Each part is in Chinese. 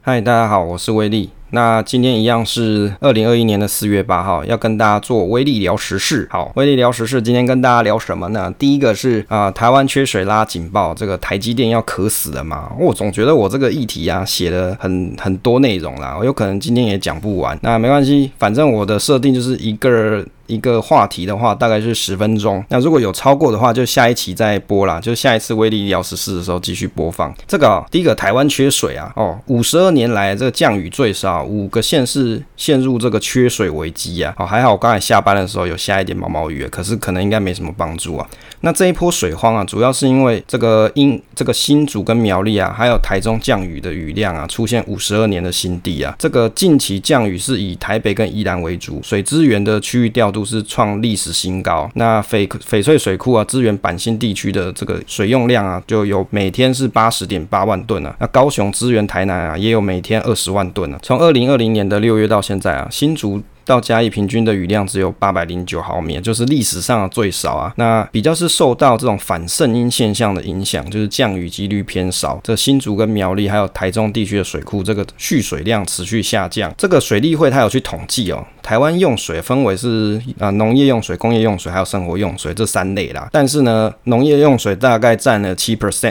嗨，大家好，我是威力。那今天一样是2021年的4月8号，要跟大家做威力聊时事。好，威力聊时事，今天跟大家聊什么呢？第一个是台湾缺水拉警报，这个台积电要渴死了嘛？我总觉得我这个议题啊写了很多内容啦，我有可能今天也讲不完。那没关系，反正我的设定就是一个话题的话大概是10分钟，那如果有超过的话就下一期再播啦，就下一次威力聊时事的时候继续播放。这个第一个台湾缺水啊，52年来这个降雨最少，5个县市陷入这个缺水危机啊。还好我刚才下班的时候有下一点毛毛雨，可是可能应该没什么帮助啊。那这一波水荒啊，主要是因为这个新竹跟苗栗啊，还有台中降雨的雨量啊，出现52年的新低啊。这个近期降雨是以台北跟宜兰为主，水资源的区域调度是创历史新高。那翡翠水库啊，支援板新地区的这个水用量啊，就有每天是80.8万吨啊。那高雄支援台南啊，也有每天20万吨啊。从2020年的6月到现在啊，新竹到嘉义平均的雨量只有809毫米，就是历史上的最少啊。那比较是受到这种反圣婴现象的影响，就是降雨几率偏少。这新竹跟苗栗还有台中地区的水库，这个蓄水量持续下降。这个水利会它有去统计哦，台湾用水分为是农业用水、工业用水还有生活用水这3类啦。但是呢，农业用水大概占了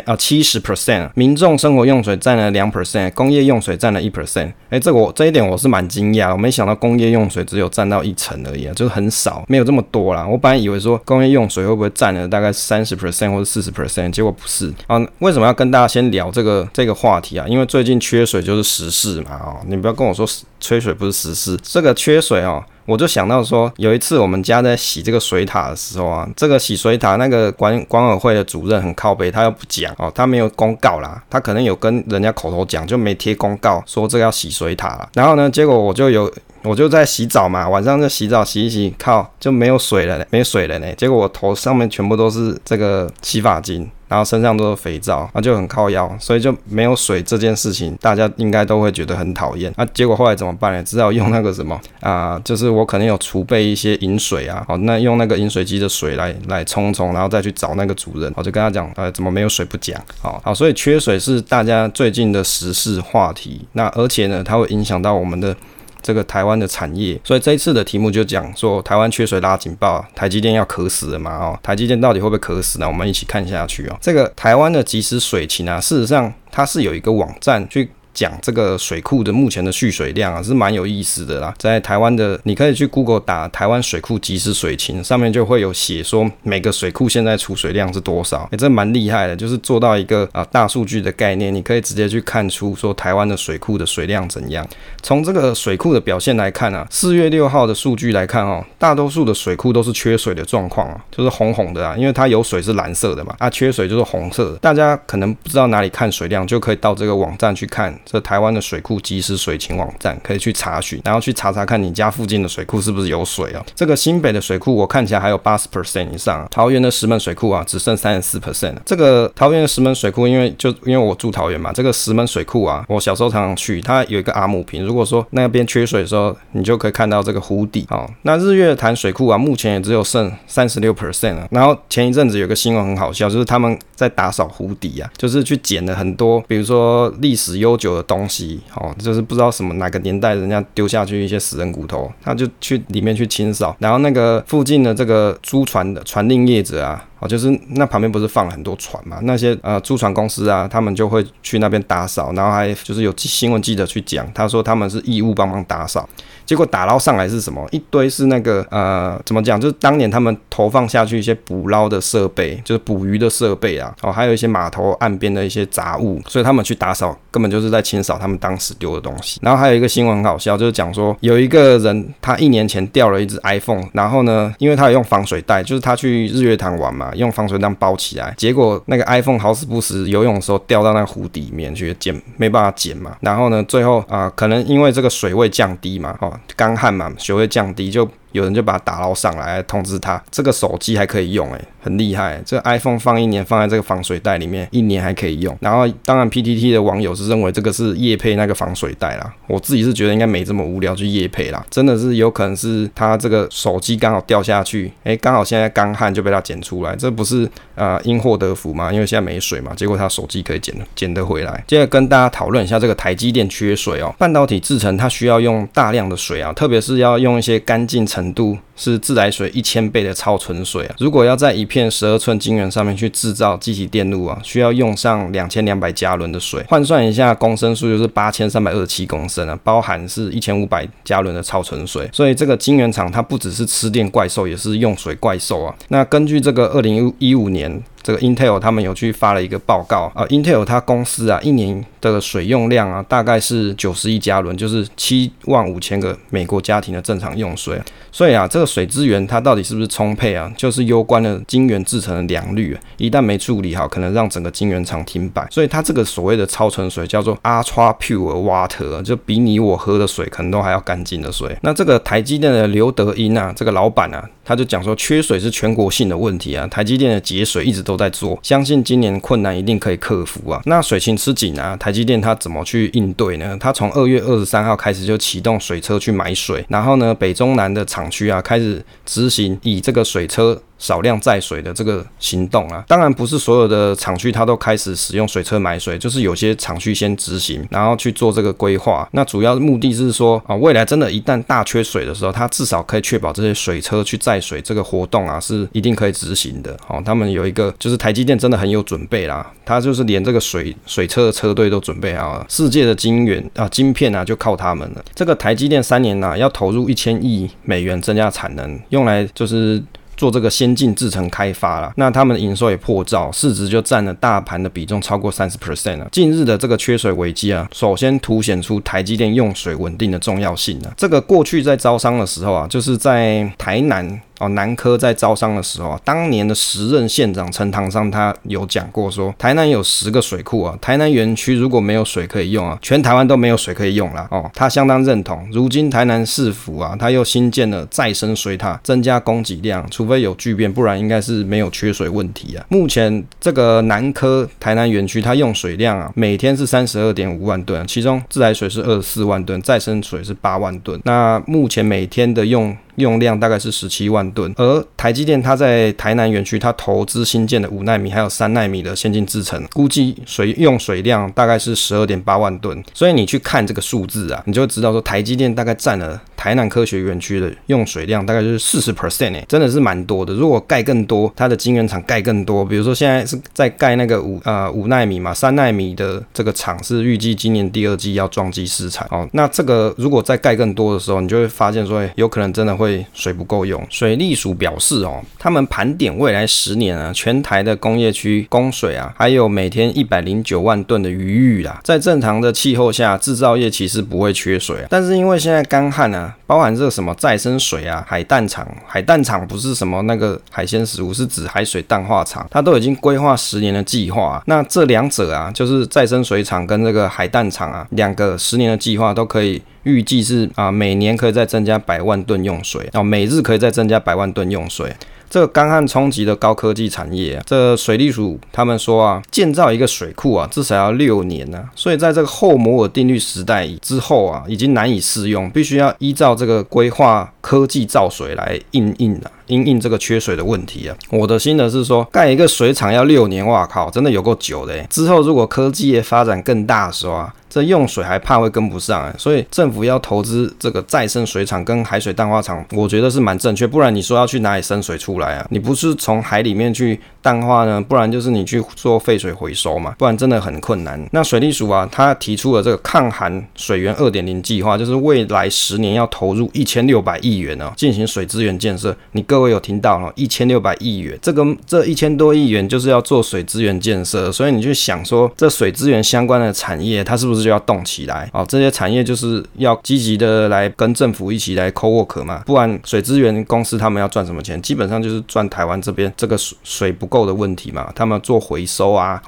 70%，民众生活用水占了2%，工业用水占了1%。这一点我是蛮惊讶，我没想到工业用水只有占到1%而已啊，就是很少，没有这么多啦。我本来以为说工业用水会不会占了大概30% 或者40%，结果不是啊。为什么要跟大家先聊这个话题啊？因为最近缺水就是时事嘛你不要跟我说缺水不是时事，这个缺水我就想到说，有一次我们家在洗这个水塔的时候啊，这个洗水塔那个管委会的主任很靠北，他又不讲他没有公告啦，他可能有跟人家口头讲，就没贴公告说这个要洗水塔啦。然后呢，结果我就在洗澡嘛，晚上就洗澡洗一洗，靠就没水了呢。结果我头上面全部都是这个洗发精，然后身上都是肥皂，就很靠腰，所以就没有水这件事情，大家应该都会觉得很讨厌。结果后来怎么办呢？只好用那个什么就是我可能有储备一些饮水啊，那用那个饮水机的水来冲，然后再去找那个主任，我就跟他讲，怎么没有水不讲，好，所以缺水是大家最近的时事话题，那而且呢，它会影响到我们的这个台湾的产业，所以这一次的题目就讲说台湾缺水拉警报，台积电要渴死了嘛台积电到底会不会渴死呢？我们一起看下去这个台湾的即时水情啊，事实上它是有一个网站去讲这个水库的目前的蓄水量啊，是蛮有意思的啦。在台湾的，你可以去 Google 打台湾水库即时水情，上面就会有写说每个水库现在储水量是多少。这蛮厉害的，就是做到一个大数据的概念，你可以直接去看出说台湾的水库的水量怎样。从这个水库的表现来看4月6号的数据来看大多数的水库都是缺水的状况就是红红的因为它有水是蓝色的嘛，缺水就是红色的。大家可能不知道哪里看水量，就可以到这个网站去看。这台湾的水库即时水情网站可以去查询，然后去查看你家附近的水库是不是有水这个新北的水库我看起来还有 80% 以上桃园的石门水库只剩 34%。这个桃园的石门水库，因为我住桃园嘛，这个石门水库我小时候常常去，它有一个阿姆坪，如果说那边缺水的时候，你就可以看到这个湖底那日月潭水库目前也只有剩 36% 然后前一阵子有个新闻很好笑，就是他们在打扫湖底就是去捡了很多比如说历史悠久的东西就是不知道哪个年代人家丢下去一些死人骨头，他就去里面去清扫。然后那个附近的这个租船的船令业者就是那旁边不是放了很多船嘛，那些租船公司他们就会去那边打扫，然后还就是有新闻记者去讲，他说他们是义务帮忙打扫，结果打捞上来是什么？一堆是那个怎么讲？就是当年他们投放下去一些捕捞的设备，就是捕鱼的设备还有一些码头岸边的一些杂物，所以他们去打扫根本就是在清扫他们当时丢的东西。然后还有一个新闻很好笑，就是讲说有一个人他1年前掉了一只 iPhone， 然后呢，因为他有用防水袋，就是他去日月潭玩嘛，用防水袋包起来，结果那个 iPhone 好死不死游泳的时候掉到那个湖底里面去捡，没办法捡嘛。然后呢，最后可能因为这个水位降低嘛，干旱嘛，水位降低，就有人就把它打捞上来通知他，这个手机还可以用很厉害。这个 iPhone 放1年放在这个防水袋里面，1年还可以用。然后当然 PTT 的网友是认为这个是业配那个防水袋啦，我自己是觉得应该没这么无聊去业配啦，真的是有可能是他这个手机刚好掉下去，刚好现在干旱就被他捡出来，这不是因祸得福嘛？因为现在没水嘛，结果他手机可以捡得回来。接着跟大家讨论一下这个台积电缺水半导体制程它需要用大量的水特别是要用一些干净程度是自来水1000倍的超纯水如果要在一片12寸晶圆上面去制造基体电路需要用上2200加仑的水，换算一下公升数就是8327公升包含是1500加仑的超纯水。所以这个晶圆厂它不只是吃电怪兽，也是用水怪兽那根据这个2015年这个 Intel 他们有去发了一个报告Intel 它公司1年的水用量大概是90亿加仑，就是75000个美国家庭的正常用水。所以这个水资源它到底是不是充沛就是攸关了晶圆制成的良率一旦没处理好，可能让整个晶圆厂停摆。所以它这个所谓的超纯水叫做 Ultra Pure Water， 就比你我喝的水可能都还要干净的水。那这个台积电的刘德音这个老板他就讲说缺水是全国性的问题台积电的节水一直都在做，相信今年困难一定可以克服那水情吃紧台积电它怎么去应对呢？它从2月23号开始就启动水车去买水，然后呢北中南的厂区开始执行以这个水车少量载水的这个行动当然不是所有的厂区它都开始使用水车买水，就是有些厂区先执行，然后去做这个规划。那主要的目的是说未来真的一旦大缺水的时候，它至少可以确保这些水车去载水这个活动是一定可以执行的他们有一个就是台积电真的很有准备啦，它就是连这个水车的车队都准备好了，世界的晶片就靠他们了。这个台积电3年要投入1000亿美元增加产能，用来就是做这个先进制程开发啦，那他们的营收也破兆，市值就占了大盘的比重超过 30% 近日的这个缺水危机首先凸显出台积电用水稳定的重要性这个过去在招商的时候就是在台南南科在招商的时候当年的时任县长陈唐商他有讲过说，台南有10个水库台南园区如果没有水可以用全台湾都没有水可以用啦他相当认同。如今台南市府他又新建了再生水塔，增加供给量，除非有巨变，不然应该是没有缺水问题目前这个南科台南园区它用水量每天是 32.5 万吨，其中自来水是24万吨，再生水是8万吨。那目前每天的用量大概是17万吨，而台积电它在台南园区它投资新建的5奈米还有3奈米的先进制程，估计用水量大概是 12.8 万吨。所以你去看这个数字你就会知道说台积电大概占了台南科学园区的用水量大概就是 40% 真的是蛮多的。如果盖更多，它的晶圆厂盖更多，比如说现在是在盖那个5奈米嘛，3奈米的这个厂是预计今年第2季要装机试产那这个如果再盖更多的时候，你就会发现说有可能真的会水不够用。水利署表示他们盘点未来10年全台的工业区供水还有每天109万吨的余裕在正常的气候下，制造业其实不会缺水但是因为现在干旱包含这个什么再生水海淡厂不是什么那个海鲜食物，是指海水淡化厂，它都已经规划10年的计划那这两者就是再生水厂跟这个海淡厂两个10年的计划都可以预计是每年可以再增加100万吨用水每日可以再增加100万吨用水。这个干旱冲击的高科技产业这水利署他们说建造一个水库至少要6年所以在这个后摩尔定律时代之后已经难以适用，必须要依照这个规划科技造水来因应这个缺水的问题我的心得是说，盖一个水厂要6年，哇靠，真的有够久的之后如果科技业发展更大的时候这用水还怕会跟不上所以政府要投资这个再生水厂跟海水淡化厂，我觉得是蛮正确。不然你说要去哪里生水出来你不是从海里面去淡化呢，不然就是你去做废水回收嘛，不然真的很困难。那水利署他提出了这个抗寒水源 2.0 计划，就是未来10年要投入1600亿元进行水资源建设。你各位有听到1600亿元，这1000多亿元就是要做水资源建设，所以你去想说这水资源相关的产业它是不是就要动起来这些产业就是要积极的来跟政府一起来 co-work 嘛，不然水资源公司他们要赚什么钱？基本上就是赚台湾这边这个水不够的问题嘛，他们做回收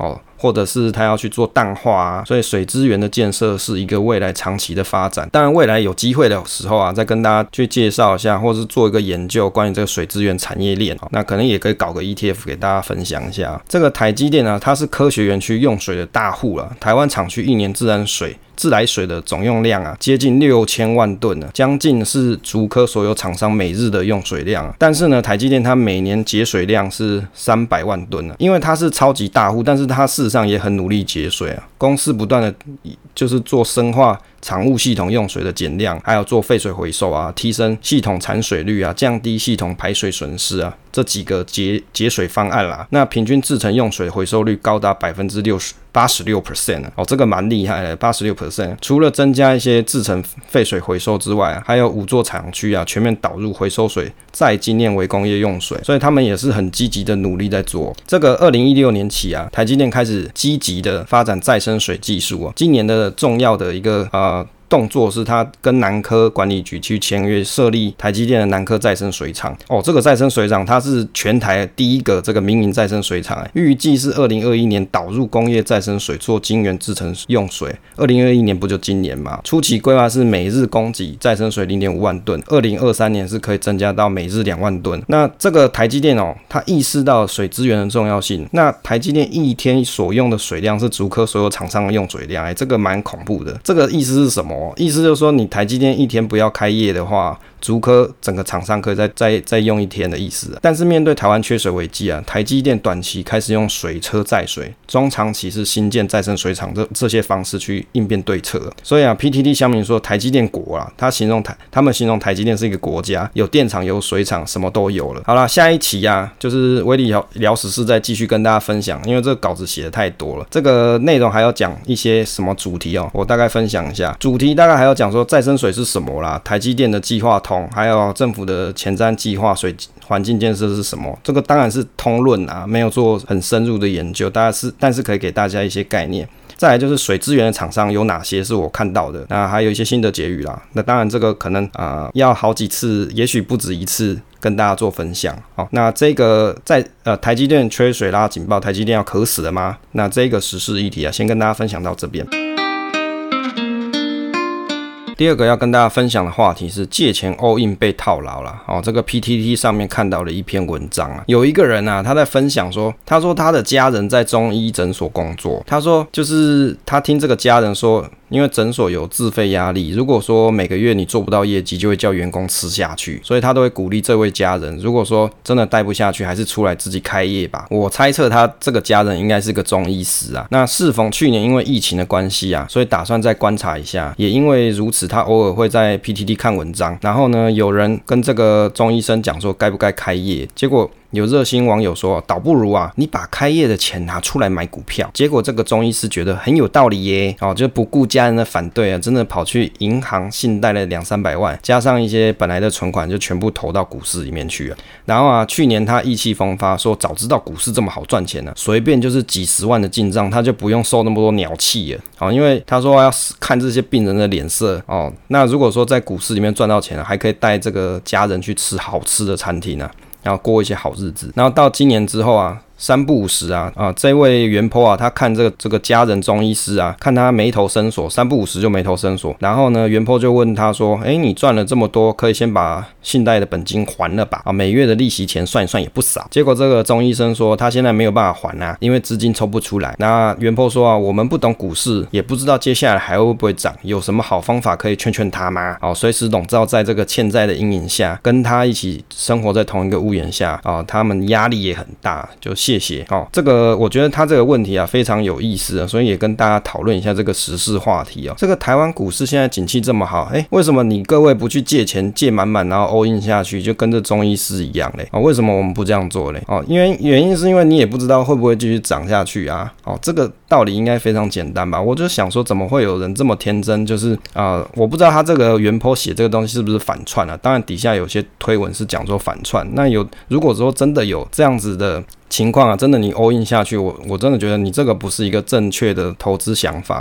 或者是它要去做淡化啊，所以水资源的建设是一个未来长期的发展。当然未来有机会的时候啊，再跟大家去介绍一下，或者是做一个研究关于这个水资源产业链，那可能也可以搞个 ETF 给大家分享一下。这个台积电啊，它是科学园区用水的大户啦，台湾厂区一年自来水的总用量啊，接近6000万吨呢，将近是竹科所有厂商每日的用水量。但是呢，台积电它每年节水量是300万吨呢，因为它是超级大户，但是它事实上也很努力节水啊。公司不断的就是做深化厂务系统用水的减量，还有做废水回收啊，提升系统产水率啊，降低系统排水损失啊，这几个节水方案啦。那平均制成用水回收率高达86% 哦，这个蛮厉害的，86%。除了增加一些制成废水回收之外啊，还有5座厂区啊，全面导入回收水再精炼为工业用水，所以他们也是很积极的努力在做。这个2016年起啊，台积电开始积极的发展再生水技术啊。今年的重要的一个动作是他跟南科管理局去签约设立台积电的南科再生水厂哦，这个再生水厂它是全台第一个这个民营再生水厂，预计是2021年导入工业再生水做晶圆制成用水。2021年不就今年嘛？初期规划是每日供给再生水 0.5 万吨，2023年是可以增加到每日2万吨。那这个台积电哦，它意识到水资源的重要性。那台积电一天所用的水量是竹科所有厂商的用水量，这个蛮恐怖的。这个意思是什么？意思就是说，你台积电一天不要开业的话，竹科整个厂商可以再用一天的意思。但是面对台湾缺水危机啊，台积电短期开始用水车载水，中长期是新建再生水厂这些方式去应变对策。所以啊 ，PTT 乡民说台积电国啊，他们形容台积电是一个国家，有电厂有水厂，什么都有了。好啦，下一期啊，就是威力聊时事再继续跟大家分享，因为这个稿子写的太多了，这个内容还要讲一些什么主题哦，我大概分享一下。主题大概还要讲说再生水是什么啦，台积电的计划通，还有政府的前瞻计划水环境建设是什么？这个当然是通论啊，没有做很深入的研究，但是可以给大家一些概念。再来就是水资源的厂商有哪些是我看到的，那还有一些新的结语啦。那当然这个可能要好几次，也许不止一次跟大家做分享。好，那这个在台积电缺水拉警报，台积电要渴死了吗？那这个时事议题啊，先跟大家分享到这边。第二个要跟大家分享的话题是借钱 all in 被套牢了哦。这个 PTT 上面看到了一篇文章啊，有一个人啊，他在分享说，他说他的家人在中医诊所工作，他说就是他听这个家人说，因为诊所有自费压力，如果说每个月你做不到业绩，就会叫员工吃下去，所以他都会鼓励这位家人，如果说真的待不下去，还是出来自己开业吧。我猜测他这个家人应该是个中医师啊。那适逢去年因为疫情的关系啊，所以打算再观察一下。也因为如此，他偶尔会在 PTT 看文章，然后呢，有人跟这个中医生讲说该不该开业，结果有热心网友说，倒不如啊，你把开业的钱拿出来买股票。结果这个中医师觉得很有道理耶，就不顾家人的反对啊，真的跑去银行信贷了200-300万，加上一些本来的存款，就全部投到股市里面去了。然后啊，去年他意气风发，说早知道股市这么好赚钱呢，随便就是几十万的进账，他就不用受那么多鸟气了。因为他说要看这些病人的脸色哦。那如果说在股市里面赚到钱了，还可以带这个家人去吃好吃的餐厅啊，然后过一些好日子。然后到今年之后啊，3不5时啊，这位原 po 啊，他看这个家人中医师啊，看他眉头深锁，3不5时就眉头深锁。然后呢，原 po 就问他说，你赚了这么多，可以先把信贷的本金还了吧？每月的利息钱算一算也不少。结果这个中医生说，他现在没有办法还啊，因为资金抽不出来。那原 po 说啊，我们不懂股市，也不知道接下来还会不会涨，有什么好方法可以劝劝他吗？随时笼罩在这个欠债的阴影下，跟他一起生活在同一个屋檐下他们压力也很大，就谢谢这个我觉得他这个问题啊非常有意思啊，所以也跟大家讨论一下这个时事话题这个台湾股市现在景气这么好，为什么你各位不去借钱借满满，然后 all in 下去，就跟这中医师一样嘞？为什么我们不这样做嘞？原因是因为你也不知道会不会继续涨下去啊。这个道理应该非常简单吧？我就想说，怎么会有人这么天真？就是我不知道他这个原 po 写这个东西是不是反串啊？当然底下有些推文是讲说反串，那如果说真的有这样子的情况啊，真的你 all in 下去，我真的觉得你这个不是一个正确的投资想法。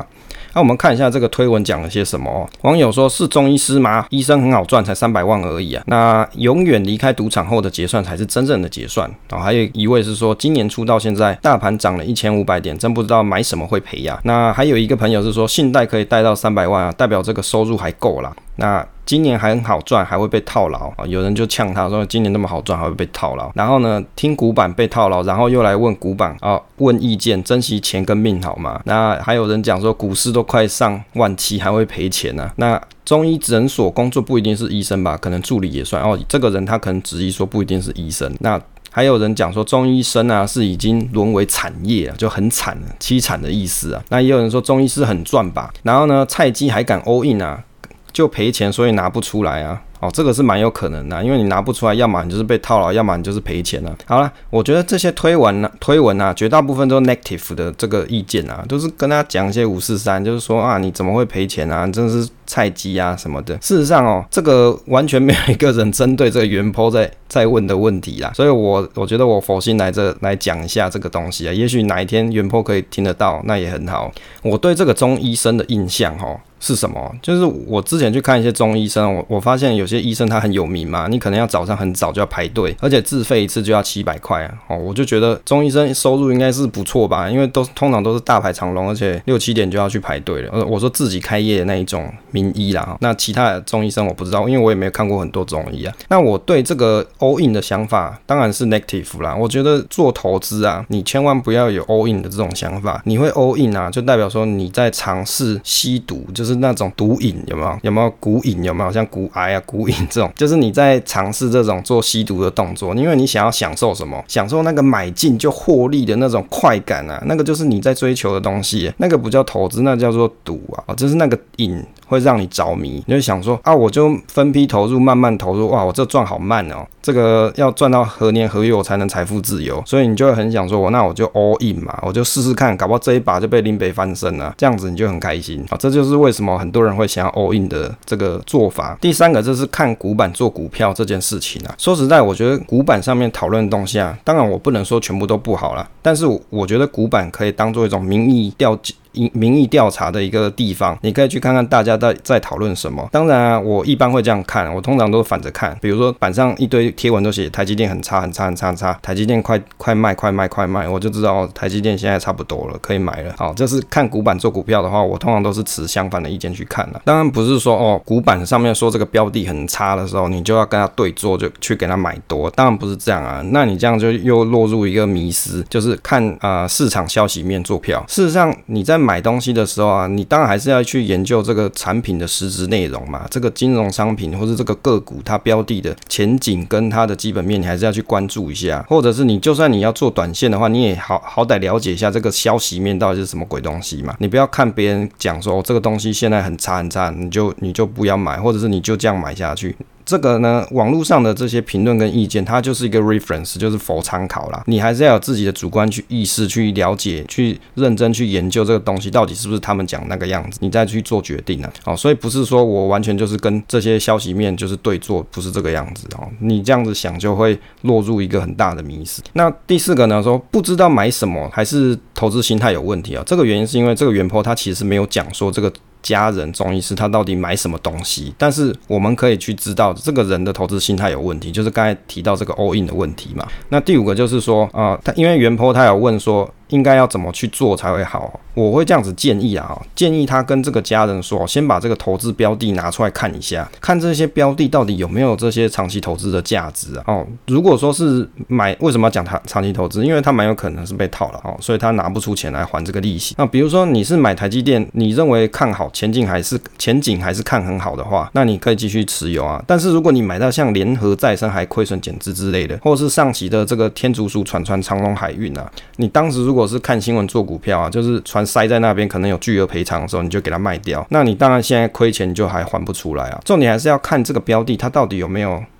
那我们看一下这个推文讲了些什么哦。网友说是中医师吗？医生很好赚，才300万而已啊。那永远离开赌场后的结算才是真正的结算。还有一位是说今年初到现在大盘涨了1500点，真不知道买什么会赔啊。那还有一个朋友是说信贷可以贷到300万啊，代表这个收入还够啦。那今年还很好赚，还会被套牢啊！有人就呛他说，今年那么好赚，还会被套牢。然后呢，听股板被套牢，然后又来问股板啊，问意见，珍惜钱跟命好吗？那还有人讲说，股市都快上17000，还会赔钱啊？那中医诊所工作不一定是医生吧？可能助理也算哦。这个人他可能质疑说，不一定是医生。那还有人讲说中医生啊是已经沦为产业了，就很惨了，凄惨的意思啊。那也有人说中医师很赚吧？然后呢，菜鸡还敢 all in 啊？就赔钱，所以拿不出来啊。这个是蛮有可能的，因为你拿不出来，要么你就是被套牢，要么你就是赔钱了。好了，我觉得这些推文啊，绝大部分都 negative 的这个意见啊，都是跟他讲一些543，就是说啊，你怎么会赔钱啊？你真的是菜鸡啊什么的。事实上这个完全没有一个人针对这个原 po 在问的问题啦，所以我觉得我佛心来讲一下这个东西啊，也许哪一天原 po 可以听得到，那也很好。我对这个中医生的印象是什么？就是我之前去看一些中医生，我发现有些医生他很有名嘛，你可能要早上很早就要排队，而且自费一次就要700块啊。我就觉得中医生收入应该是不错吧，因为通常都是大排长龙，而且6、7点就要去排队了。我说自己开业的那一种名医啦，那其他的中医生我不知道，因为我也没有看过很多中医啊。那我对这个 all in 的想法当然是 negative 啦。我觉得做投资啊，你千万不要有 all in 的这种想法。你会 all in 啊，就代表说你在尝试吸毒，就是那种毒瘾，有没有股瘾？有没有像股癌啊、股瘾这种？就是你在尝试这种做吸毒的动作，因为你想要享受什么？享受那个买进就获利的那种快感啊，那个就是你在追求的东西，那个不叫投资，那叫做赌啊，就是那个瘾会让你着迷，你就想说啊，我就分批投入，慢慢投入，哇，我这赚好慢哦，这个要赚到何年何月我才能财富自由？所以你就会很想说，那我就 all in 嘛，我就试试看，搞不好这一把就被林北翻身了，这样子你就很开心啊。这就是为什么很多人会想要 all in 的这个做法。第三个就是看股板做股票这件事情啊。说实在，我觉得股板上面讨论的东西啊，当然我不能说全部都不好啦，但是我觉得股板可以当做一种民意调查的一个地方，你可以去看看大家在讨论什么。当然啊，我一般会这样看，我通常都反着看。比如说板上一堆贴文都写台积电很差，台积电快卖，我就知道台积电现在差不多了，可以买了。好，这是看股板做股票的话，我通常都是持相反的意见去看啦。当然不是说股板上面说这个标的很差的时候，你就要跟他对做，就去给他买多，当然不是这样啊。那你这样就又落入一个迷思，就是看市场消息面做票。事实上你在买东西的时候啊，你当然还是要去研究这个产品的实质内容嘛，这个金融商品或是这个个股它标的的前景跟它的基本面，你还是要去关注一下。或者是你就算你要做短线的话，你也好歹了解一下这个消息面到底是什么鬼东西嘛。你不要看别人讲说这个东西现在很差，你就不要买，或者是你就这样买下去。这个呢，网络上的这些评论跟意见，它就是一个 reference， 就是否参考啦。你还是要有自己的主观意识去了解，去认真去研究这个东西到底是不是他们讲那个样子，你再去做决定啊。所以不是说我完全就是跟这些消息面就是对做，不是这个样子哦。你这样子想就会落入一个很大的迷思。那第四个呢，说不知道买什么，还是投资心态有问题啊。这个原因是因为这个原 po 他其实没有讲说这个家人中医师他到底买什么东西，但是我们可以去知道这个人的投资心态有问题，就是刚才提到这个 all in 的问题嘛。那第五个就是说他因为原 po 他有问说应该要怎么去做才会好，我会这样子建议建议他跟这个家人说，先把这个投资标的拿出来看一下，看这些标的到底有没有这些长期投资的价值如果说是为什么要讲他长期投资？因为他蛮有可能是被套了所以他拿不出钱来还这个利息。那比如说你是买台积电，你认为看好前景还是看很好的话，那你可以继续持有啊。但是如果你买到像联合再生还亏损减资之类的，或者是上期的这个天竺鼠传长荣海运你当时如果是看新闻做股票就是船塞在那边可能有巨额赔偿的时候，你就给它卖掉，那你当然现在亏钱就还还不出来重点还是要看这个标的它到底有没有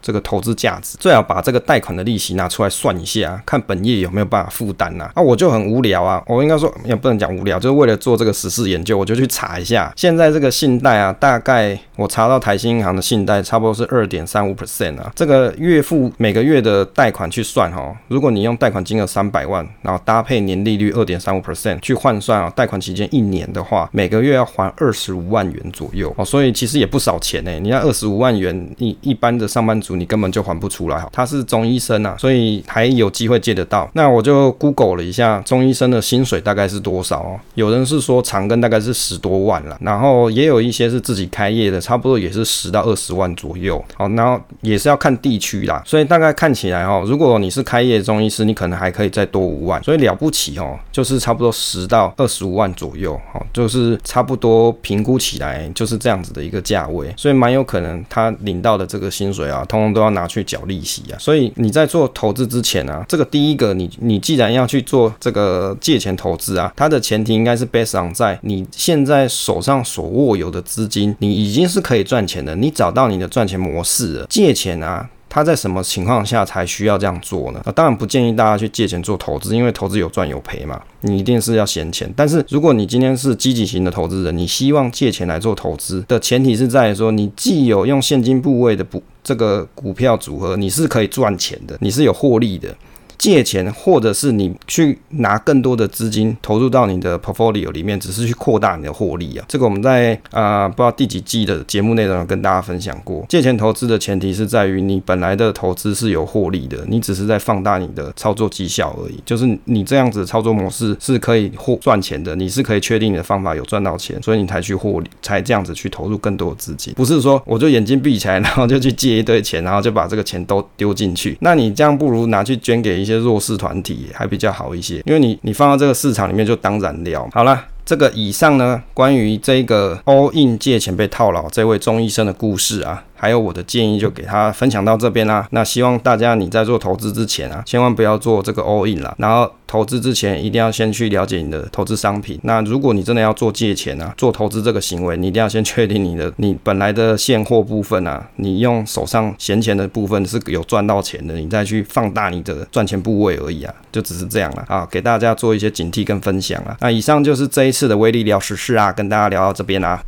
这个投资价值，最好把这个贷款的利息拿出来算一下，看本业有没有办法负担啊。我就很无聊啊，我应该说也不能讲无聊，就是为了做这个时事研究，我就去查一下，现在这个信贷啊，大概我查到台新银行的信贷差不多是 2.35% 啊，这个月付每个月的贷款去算如果你用贷款金额300万，然后搭配年利率 2.35% 去换算贷款期间1年的话，每个月要还25万元左右所以其实也不少钱你那25万元，一般的上班族你根本就还不出来他是中医生啊，所以还有机会借得到。那我就 Google 了一下中医生的薪水大概是多少有人是说长庚大概是10多万啦，然后也有一些是自己开业的，差不多也是10到20万左右然后也是要看地区啦，所以大概看起来如果你是开业中医师，你可能还可以再多5万，所以了不起就是差不多10到25万左右就是差不多评估起来就是这样子的一个价位，所以蛮有可能他领到的这个薪水通通都要拿去缴利息所以你在做投资之前这个第一个你既然要去做这个借钱投资它的前提应该是 based on 在你现在手上所握有的资金，你已经是可以赚钱的，你找到你的赚钱模式了。借钱他在什么情况下才需要这样做呢？当然不建议大家去借钱做投资，因为投资有赚有赔嘛，你一定是要闲钱。但是如果你今天是积极型的投资人，你希望借钱来做投资的前提是在于说，你既有用现金部位的这个股票组合，你是可以赚钱的，你是有获利的。借钱或者是你去拿更多的资金投入到你的 portfolio 里面，只是去扩大你的获利这个我们在不知道第几季的节目内容有跟大家分享过。借钱投资的前提是在于你本来的投资是有获利的，你只是在放大你的操作绩效而已。就是你这样子的操作模式是可以赚钱的，你是可以确定你的方法有赚到钱，所以你才去获利，才这样子去投入更多的资金。不是说我就眼睛闭起来，然后就去借一堆钱，然后就把这个钱都丢进去。那你这样不如拿去捐给一些弱势团体还比较好一些，因为你放到这个市场里面就当燃料。好啦，这个以上呢，关于这个 all in 借钱被套牢这位中医生的故事还有我的建议就给他分享到这边啦。那希望大家你在做投资之前千万不要做这个 all in 啦，然后投资之前一定要先去了解你的投资商品。那如果你真的要做借钱做投资这个行为，你一定要先确定你本来的现货部分你用手上闲钱的部分是有赚到钱的，你再去放大你的赚钱部位而已就只是这样啦给大家做一些警惕跟分享那以上就是这一次的威力聊时事跟大家聊到这边